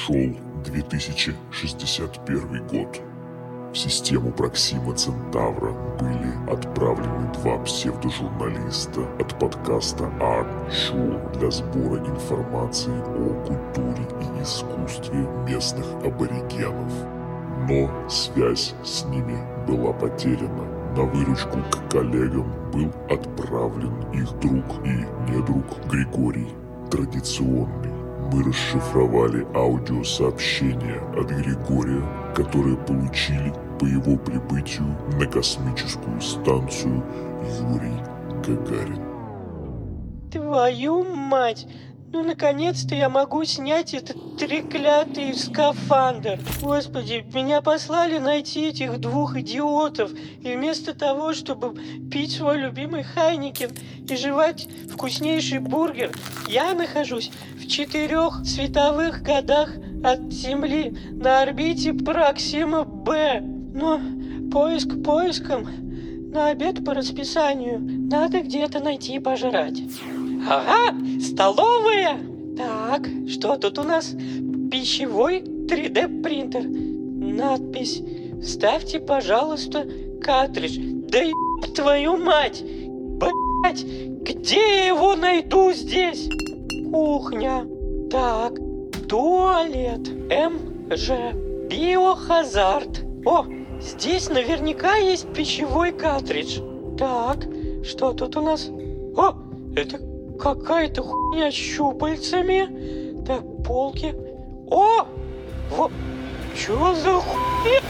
Шел 2061 год. В систему Проксима Центавра были отправлены 2 псевдожурналиста от подкаста Art Show для сбора информации о культуре и искусстве местных аборигенов. Но связь с ними была потеряна. На выручку к коллегам был отправлен их друг и недруг Григорий. Традиционный. Мы расшифровали аудиосообщения от Григория, которые получили по его прибытию на космическую станцию Юрий Гагарин. Твою мать! Ну, наконец-то я могу снять этот треклятый скафандр. Господи, меня послали найти этих 2 идиотов. И вместо того, чтобы пить свой любимый Хайникен и жевать вкуснейший бургер, я нахожусь в 4 световых годах от Земли на орбите Проксима Б. Но поиск поиском, на обед по расписанию надо где-то найти пожрать. Ага, столовая! Так, что тут у нас? Пищевой 3D принтер. Надпись: «Вставьте, пожалуйста, картридж». Да еб твою мать! Блять, где я его найду здесь? Кухня. Так, туалет. МЖ. Биохазард. О, здесь наверняка есть пищевой картридж. Так, что тут у нас? О, это какая-то хуйня с щупальцами. Так, полки. О! Вот. Чё за хуйня?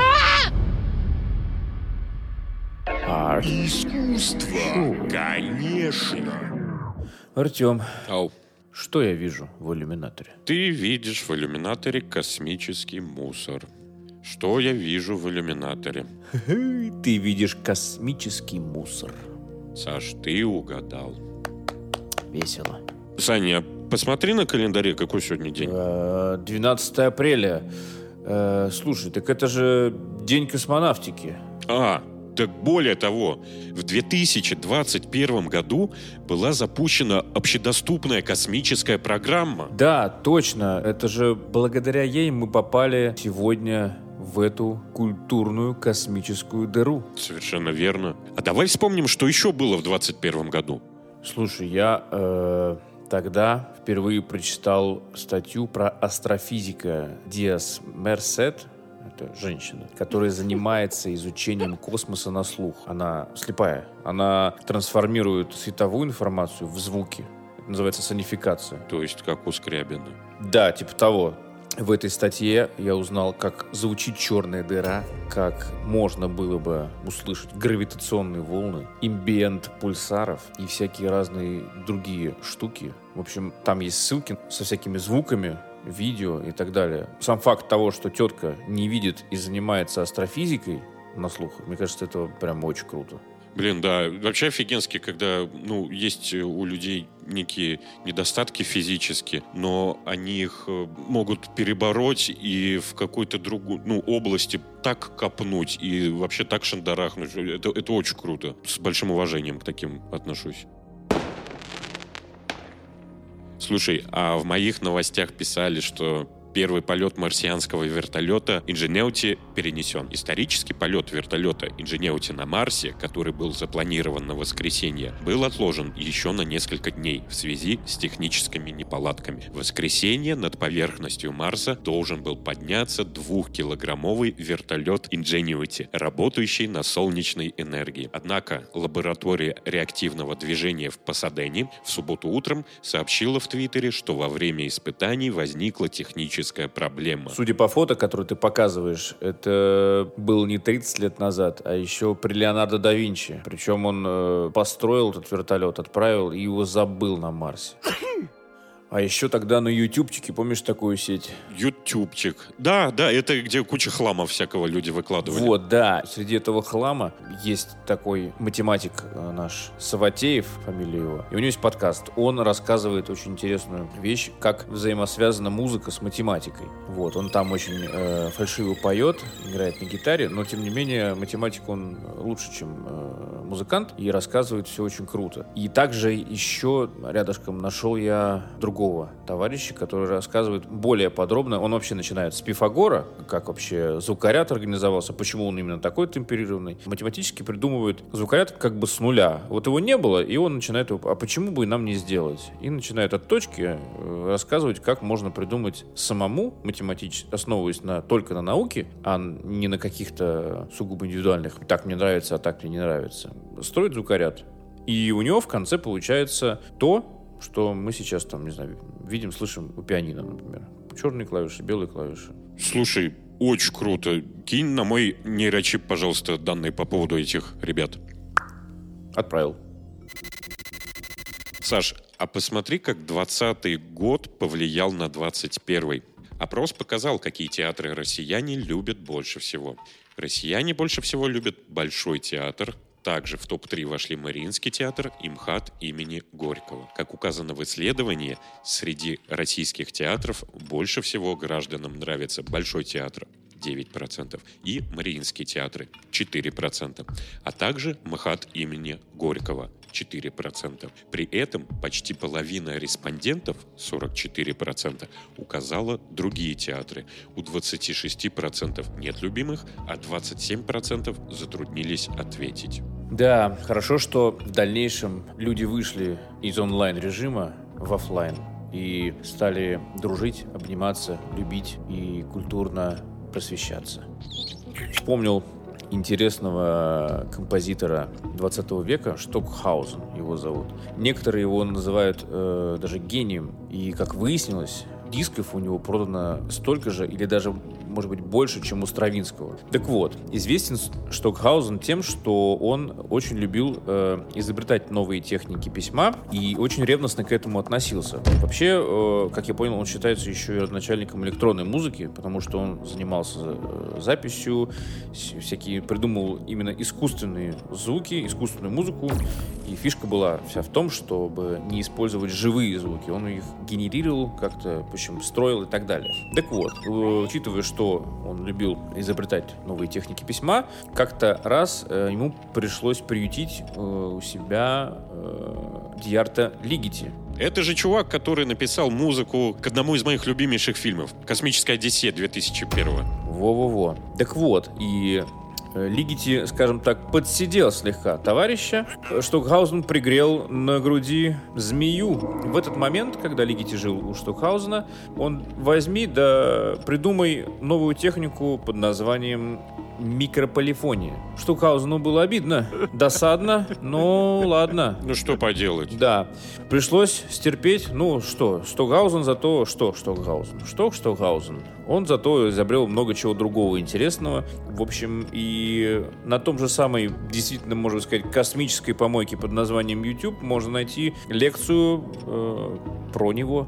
Искусство, конечно. Артём, Ау. что я вижу в иллюминаторе? Ты видишь в иллюминаторе космический мусор. Что я вижу в иллюминаторе? Ты видишь космический мусор. Саш, ты угадал. Весело. Саня, посмотри на календаре, какой сегодня день. 12 апреля. Слушай, так это же день космонавтики. Так более того, в 2021 году была запущена общедоступная космическая программа. Да, точно. Это же благодаря ей мы попали сегодня в эту культурную космическую дыру. Совершенно верно. А давай вспомним, что еще было в 2021 году. Слушай, я тогда впервые прочитал статью про астрофизика Диас Мерсет. Это женщина, которая занимается изучением космоса на слух. Она слепая. Она трансформирует световую информацию в звуки. Это называется сонификация. То есть как у Скрябина. Да, типа того. В этой статье я узнал, как звучит черная дыра, как можно было бы услышать гравитационные волны, имбиент пульсаров и всякие разные другие штуки. В общем, там есть ссылки со всякими звуками, видео и так далее. Сам факт того, что тетка не видит и занимается астрофизикой на слух, мне кажется, это прям очень круто. Блин, да, вообще офигенски, когда, есть у людей некие недостатки физические, но они их могут перебороть и в какой-то другой, области так копнуть и вообще так шандарахнуть. Это очень круто. С большим уважением к таким отношусь. Слушай, а в моих новостях писали, что первый полет марсианского вертолета Ingenuity перенесен. Исторический полет вертолета Ingenuity на Марсе, который был запланирован на воскресенье, был отложен еще на несколько дней в связи с техническими неполадками. В воскресенье над поверхностью Марса должен был подняться 2-килограммовый вертолет Ingenuity, работающий на солнечной энергии. Однако лаборатория реактивного движения в Пасадене в субботу утром сообщила в Твиттере, что во время испытаний возникла техническая проблема. Судя по фото, которые ты показываешь, это было не 30 лет назад, а еще при Леонардо да Винчи. Причем он построил этот вертолет, отправил и его забыл на Марсе. А еще тогда на ютубчике, помнишь такую сеть? Ютубчик. Да, это где куча хлама всякого люди выкладывали. Вот, да. Среди этого хлама есть такой математик наш Саватеев, фамилия его. И у него есть подкаст. Он рассказывает очень интересную вещь, как взаимосвязана музыка с математикой. Вот, он там очень фальшиво поет, играет на гитаре, но тем не менее математик он лучше, чем музыкант, и рассказывает все очень круто. И также еще рядышком нашел я другого другого товарища, который рассказывает более подробно. Он вообще начинает с Пифагора, как вообще звукоряд организовался, почему он именно такой темперированный. Математически придумывает звукоряд как бы с нуля. Вот его не было, и он начинает его, а почему бы и нам не сделать? И начинает от точки рассказывать, как можно придумать самому математически, основываясь только на науке, а не на каких-то сугубо индивидуальных «так мне нравится, а так мне не нравится». Строит звукоряд. И у него в конце получается то, что мы сейчас там, не знаю, видим, слышим у пианино, например. Черные клавиши, белые клавиши. Слушай, очень круто. Кинь на мой нейрочип, пожалуйста, данные по поводу этих ребят. Отправил. Саш, а посмотри, как 20-й год повлиял на 21-й. Опрос показал, какие театры россияне любят больше всего. Россияне больше всего любят Большой театр. Также в топ-3 вошли Мариинский театр и МХАТ имени Горького. Как указано в исследовании, среди российских театров больше всего гражданам нравится Большой театр 9% и Мариинские театры 4%, а также МХАТ имени Горького 4%. При этом почти половина респондентов, 44%, указала другие театры. У 26% нет любимых, а 27% затруднились ответить. Да, хорошо, что в дальнейшем люди вышли из онлайн-режима в офлайн и стали дружить, обниматься, любить и культурно просвещаться. Вспомнил интересного композитора 20 века, Штокхаузен его зовут. Некоторые его называют даже гением. И, как выяснилось, дисков у него продано столько же или даже, может быть, больше, чем у Стравинского. Так вот, известен Штокхаузен тем, что он очень любил изобретать новые техники письма и очень ревностно к этому относился. Вообще, как я понял, он считается еще и родоначальником электронной музыки, потому что он занимался записью, всякие придумывал именно искусственные звуки, искусственную музыку. И фишка была вся в том, чтобы не использовать живые звуки. Он их генерировал как-то, в общем, строил и так далее. Так вот, учитывая, что он любил изобретать новые техники письма, как-то раз ему пришлось приютить у себя Дьярта Лигити. Это же чувак, который написал музыку к одному из моих любимейших фильмов «Космическая Одиссея» 2001-го. Во-во-во. Так вот, и Лигити, скажем так, подсидел слегка товарища. Штокхаузен пригрел на груди змею. В этот момент, когда Лигити жил у Штокхаузена, он возьми да придумай новую технику под названием микрополифония. Штокхаузену было обидно, досадно, но ладно. Ну что поделать? Да, пришлось стерпеть. Ну что, Штокхаузен зато... Штокхаузен. Он зато изобрел много чего другого интересного. В общем, и на том же самой, действительно, можно сказать, космической помойке под названием YouTube можно найти лекцию про него.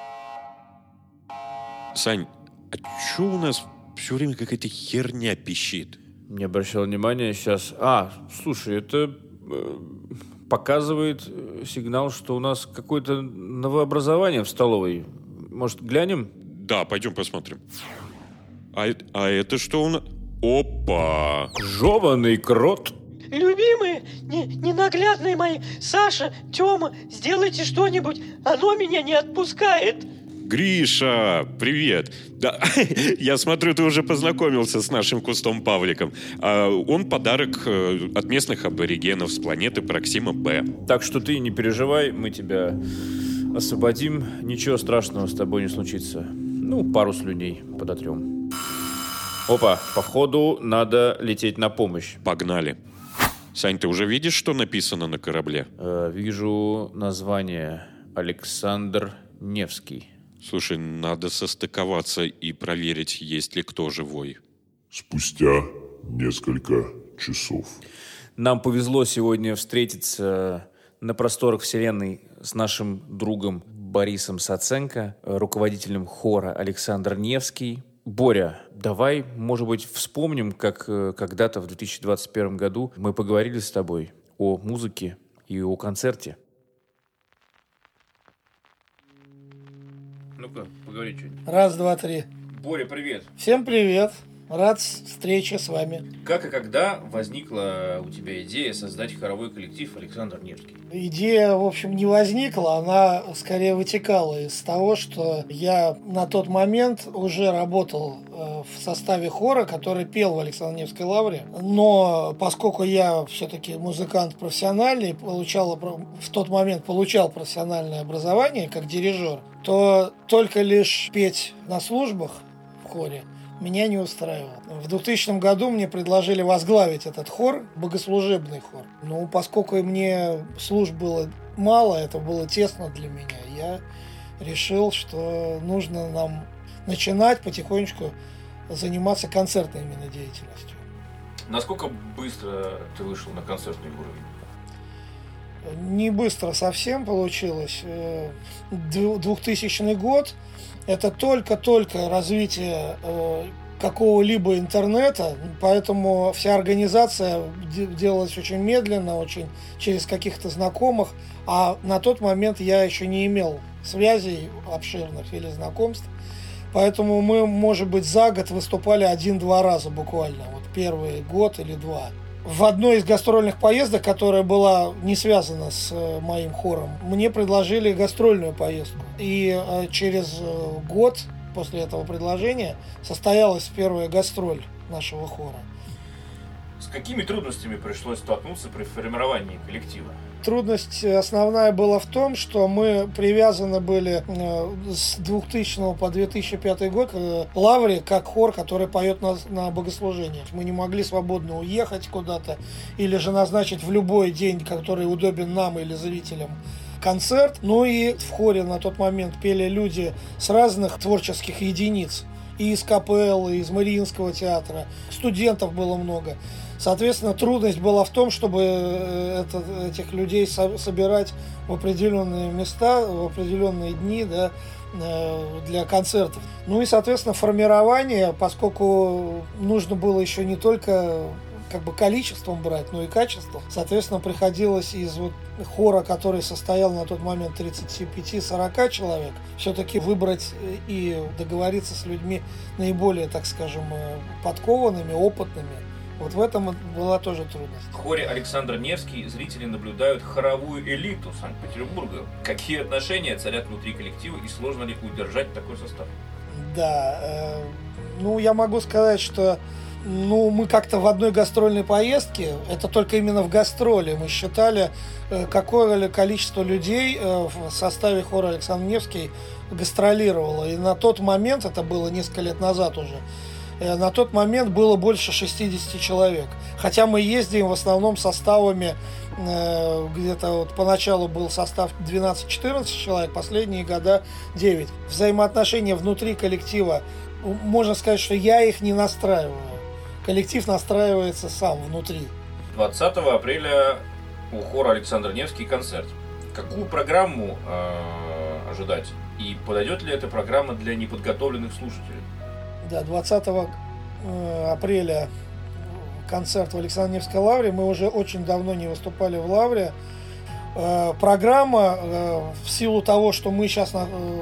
Сань, а чё у нас все время какая-то херня пищит? Не обращал внимания сейчас. Слушай, это показывает сигнал, что у нас какое-то новообразование в столовой. Может, глянем? Да, пойдем посмотрим. А это что у нас? Опа! Жеваный крот. Любимые, ненаглядные мои, Саша, Тёма, сделайте что-нибудь, оно меня не отпускает. Гриша, привет. Да, я смотрю, ты уже познакомился с нашим кустом Павликом. Он подарок от местных аборигенов с планеты Проксима Б. Так что ты не переживай, мы тебя освободим. Ничего страшного с тобой не случится. Ну, пару слюней подотрем. Опа, походу надо лететь на помощь. Погнали. Сань, ты уже видишь, что написано на корабле? Вижу название Александр Невский. Слушай, надо состыковаться и проверить, есть ли кто живой. Спустя несколько часов. Нам повезло сегодня встретиться на просторах Вселенной с нашим другом Борисом Саценко, руководителем хора Александр Невский. Боря, давай, может быть, вспомним, как когда-то в 2021 году мы поговорили с тобой о музыке и о концерте. Ну-ка, поговори что-нибудь. Раз, два, три. Боря, привет. Всем привет. Рад встрече с вами. Как и когда возникла у тебя идея создать хоровой коллектив «Александр Невский»? Идея, в общем, не возникла, она скорее вытекала из того, что я на тот момент уже работал в составе хора, который пел в Александро-Невской лавре. Но поскольку я все-таки музыкант профессиональный, в тот момент получал профессиональное образование как дирижер, то только лишь петь на службах в хоре меня не устраивало. В 2000 году мне предложили возглавить этот хор, богослужебный хор. Но поскольку мне служб было мало, это было тесно для меня, я решил, что нужно нам начинать потихонечку заниматься концертной именно деятельностью. Насколько быстро ты вышел на концертный уровень? Не быстро совсем получилось. 2000 год – это только-только развитие какого-либо интернета, поэтому вся организация делалась очень медленно, очень через каких-то знакомых, а на тот момент я еще не имел связей обширных или знакомств, поэтому мы, может быть, за год выступали 1-2 раза буквально, вот первый год или два. В одной из гастрольных поездок, которая была не связана с моим хором, мне предложили гастрольную поездку. И через год после этого предложения состоялась первая гастроль нашего хора. С какими трудностями пришлось столкнуться при формировании коллектива? Трудность основная была в том, что мы привязаны были с 2000 по 2005 год к лавре, как хор, который поет на богослужениях. Мы не могли свободно уехать куда-то или же назначить в любой день, который удобен нам или зрителям, концерт. Ну и в хоре на тот момент пели люди с разных творческих единиц. И из КПЛ, и из Мариинского театра. Студентов было много. Соответственно, трудность была в том, чтобы этих людей собирать в определенные места, в определенные дни, да, для концертов. Ну и, соответственно, формирование, поскольку нужно было еще не только количеством брать, но и качеством. Соответственно, приходилось из хора, который состоял на тот момент 35-40 человек, все-таки выбрать и договориться с людьми наиболее, так скажем, подкованными, опытными. Вот в этом была тоже трудность. В хоре «Александр Невский» зрители наблюдают хоровую элиту Санкт-Петербурга. Какие отношения царят внутри коллектива и сложно ли удержать такой состав? Да, я могу сказать, что мы как-то в одной гастрольной поездке, это только именно в гастроли, мы считали, какое количество людей в составе хора «Александр Невский» гастролировало. И на тот момент, это было несколько лет назад уже, на тот момент было больше 60 человек. Хотя мы ездим в основном составами, где-то поначалу был состав 12-14 человек, последние года 9. Взаимоотношения внутри коллектива, можно сказать, что я их не настраиваю. Коллектив настраивается сам внутри. 20 апреля у хора «Александр Невский» концерт. Какую программу ожидать? И подойдет ли эта программа для неподготовленных слушателей? Да, 20 апреля концерт в Александро-Невской лавре. Мы уже очень давно не выступали в лавре. Программа, в силу того, что мы сейчас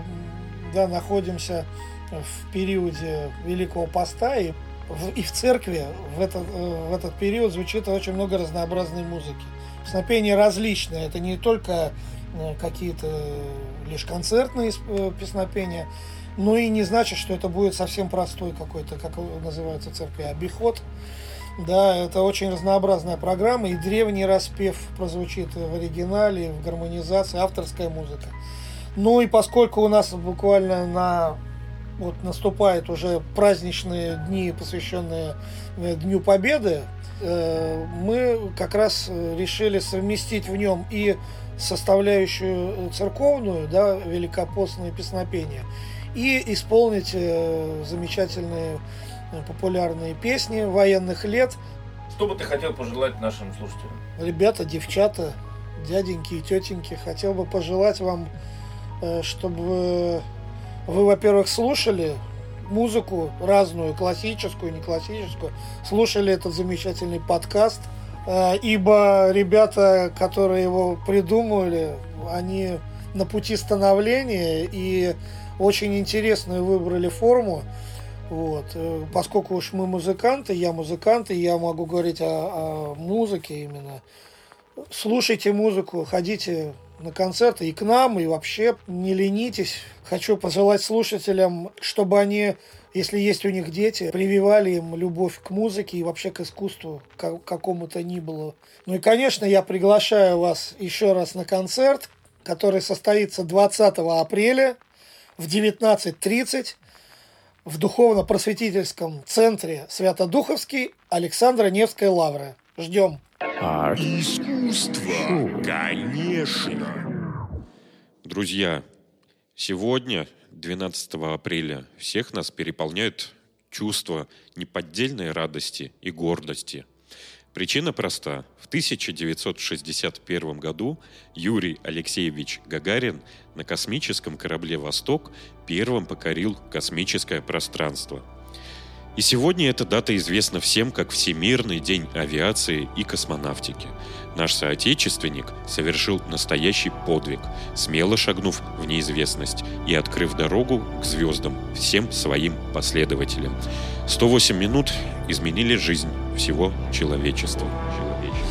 находимся в периоде Великого Поста, и в церкви в этот период звучит очень много разнообразной музыки. Песнопения различные. Это не только какие-то лишь концертные песнопения, но и не значит, что это будет совсем простой какой-то, как называется в церкви, обиход. Да, это очень разнообразная программа, и древний распев прозвучит в оригинале, в гармонизации, авторская музыка. Ну и поскольку у нас буквально наступают уже праздничные дни, посвященные Дню Победы, мы как раз решили совместить в нем и составляющую церковную, да, великопостные песнопения, и исполнить замечательные популярные песни военных лет. Что бы ты хотел пожелать нашим слушателям? Ребята, девчата, дяденьки и тетеньки, хотел бы пожелать вам, чтобы вы, во-первых, слушали музыку разную, классическую, не классическую, слушали этот замечательный подкаст, ибо ребята, которые его придумали, они на пути становления и очень интересную выбрали форму. Вот. Поскольку уж мы музыканты, я музыкант, и я могу говорить о музыке именно. Слушайте музыку, ходите на концерты и к нам, и вообще не ленитесь. Хочу пожелать слушателям, чтобы они, если есть у них дети, прививали им любовь к музыке и вообще к искусству, какому-то ни было. Ну и, конечно, я приглашаю вас еще раз на концерт, который состоится 20 апреля в 19:30 в Духовно-просветительском центре Свято-Духовский Александра Невской лавры. Ждем. Искусство, конечно. Друзья, сегодня, 12 апреля, всех нас переполняют чувства неподдельной радости и гордости. Причина проста. В 1961 году Юрий Алексеевич Гагарин на космическом корабле «Восток» первым покорил космическое пространство. И сегодня эта дата известна всем как Всемирный день авиации и космонавтики. Наш соотечественник совершил настоящий подвиг, смело шагнув в неизвестность и открыв дорогу к звездам всем своим последователям. 108 минут изменили жизнь всего человечества.